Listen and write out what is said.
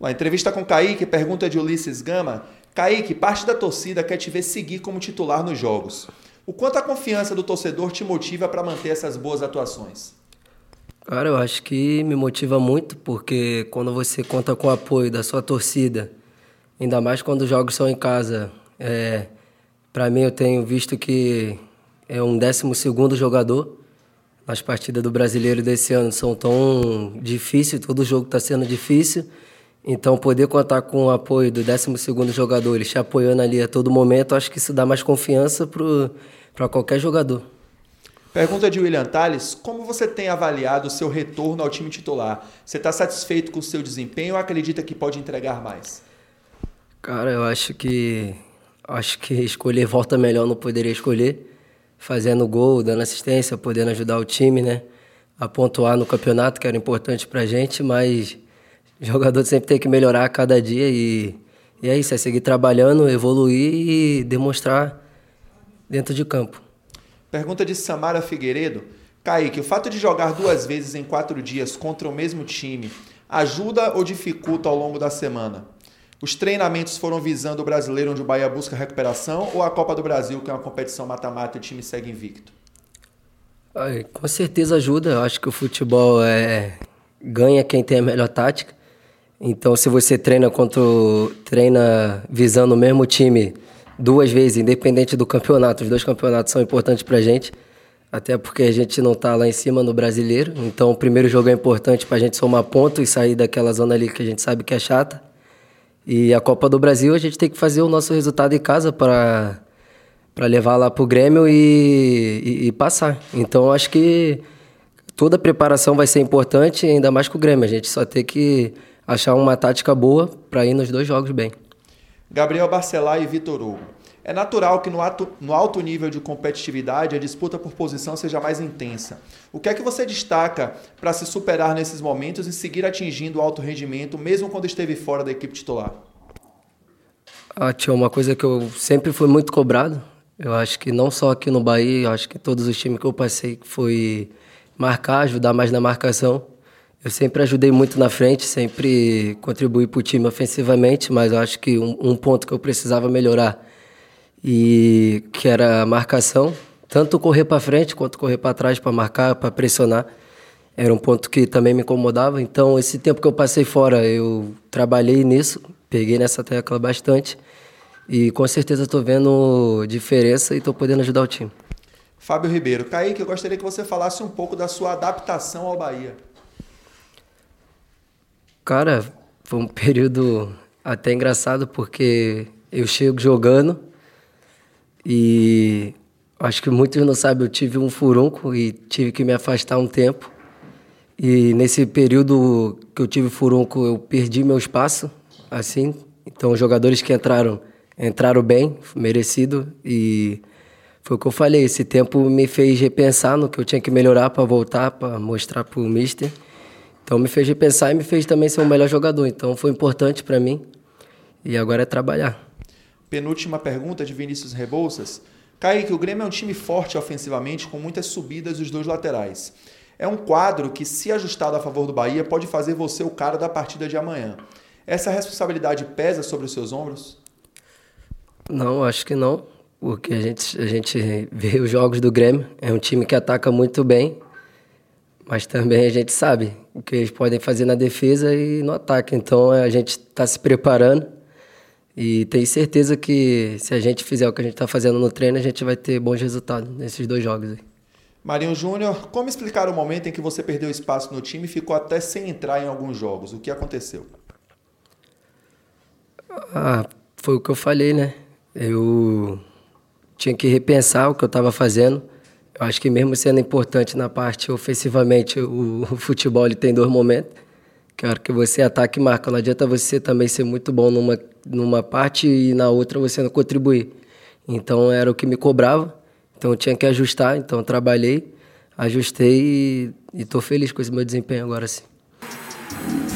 A entrevista com Kaique, pergunta de Ulisses Gama. Kaique, parte da torcida quer te ver seguir como titular nos jogos. O quanto a confiança do torcedor te motiva para manter essas boas atuações? Cara, eu acho que me motiva muito, porque quando você conta com o apoio da sua torcida, ainda mais quando os jogos são em casa, para mim eu tenho visto que é um 12º jogador. As partidas do Brasileiro desse ano são tão difíceis, todo jogo está sendo difícil. Então, poder contar com o apoio do 12º jogador, ele te apoiando ali a todo momento, acho que isso dá mais confiança para qualquer jogador. Pergunta de William Tales. Como você tem avaliado o seu retorno ao time titular? Você está satisfeito com o seu desempenho ou acredita que pode entregar mais? Cara, eu acho que escolher volta melhor não poderia escolher. Fazendo gol, dando assistência, podendo ajudar o time, né? A pontuar no campeonato, que era importante pra gente, mas o jogador sempre tem que melhorar a cada dia e é isso, é seguir trabalhando, evoluir e demonstrar dentro de campo. Pergunta de Samara Figueiredo. Kaique, o fato de jogar 2 vezes em 4 dias contra o mesmo time ajuda ou dificulta ao longo da semana? Os treinamentos foram visando o Brasileiro, onde o Bahia busca recuperação, ou a Copa do Brasil, que é uma competição mata-mata e o time segue invicto? Com certeza ajuda. Eu acho que o futebol ganha quem tem a melhor tática. Então, se você treina visando o mesmo time 2 vezes, independente do campeonato, os 2 campeonatos são importantes pra gente, até porque a gente não tá lá em cima no Brasileiro. Então, o primeiro jogo é importante pra gente somar ponto e sair daquela zona ali que a gente sabe que é chata. E a Copa do Brasil, a gente tem que fazer o nosso resultado em casa para levar lá pro Grêmio e passar. Então, acho que toda a preparação vai ser importante, ainda mais com o Grêmio. A gente só tem que achar uma tática boa para ir nos 2 jogos bem. Gabriel Barcelar e Vitor Hugo. É natural que no alto nível de competitividade a disputa por posição seja mais intensa. O que é que você destaca para se superar nesses momentos e seguir atingindo o alto rendimento, mesmo quando esteve fora da equipe titular? Tinha uma coisa que eu sempre fui muito cobrado. Eu acho que não só aqui no Bahia, eu acho que todos os times que eu passei foi marcar, ajudar mais na marcação. Eu sempre ajudei muito na frente, sempre contribuí para o time ofensivamente, mas eu acho que um ponto que eu precisava melhorar e que era a marcação, tanto correr para frente quanto correr para trás para marcar, para pressionar, era um ponto que também me incomodava. Então, esse tempo que eu passei fora, eu trabalhei nisso, peguei nessa tecla bastante e com certeza estou vendo diferença e estou podendo ajudar o time. Fábio Ribeiro. Kaique, eu gostaria que você falasse um pouco da sua adaptação ao Bahia. Cara, foi um período até engraçado porque eu chego jogando e acho que muitos não sabem, eu tive um furúnculo e tive que me afastar um tempo. E nesse período que eu tive furúnculo, eu perdi meu espaço, assim. Então, os jogadores que entraram bem, merecido. E foi o que eu falei, esse tempo me fez repensar no que eu tinha que melhorar para voltar, para mostrar para o mister. Então, me fez repensar e me fez também ser o melhor jogador. Então, foi importante para mim e agora é trabalhar. Penúltima pergunta de Vinícius Rebouças. Kaique, o Grêmio é um time forte ofensivamente, com muitas subidas dos 2 laterais. É um quadro que, se ajustado a favor do Bahia, pode fazer você o cara da partida de amanhã. Essa responsabilidade pesa sobre os seus ombros? Não, acho que não, porque a gente vê os jogos do Grêmio, é um time que ataca muito bem, mas também a gente sabe o que eles podem fazer na defesa e no ataque. Então a gente está se preparando e tenho certeza que se a gente fizer o que a gente está fazendo no treino, a gente vai ter bons resultados nesses 2 jogos aí. Marinho Júnior, como explicar o momento em que você perdeu espaço no time e ficou até sem entrar em alguns jogos? O que aconteceu? Foi o que eu falei, né? Eu tinha que repensar o que eu estava fazendo. Eu acho que mesmo sendo importante na parte ofensivamente, o futebol ele tem 2 momentos. Que é a hora que você ataca e marca. Não adianta você também ser muito bom numa parte e na outra você não contribuir. Então era o que me cobrava. Então eu tinha que ajustar. Então eu trabalhei, ajustei e estou feliz com esse meu desempenho agora sim.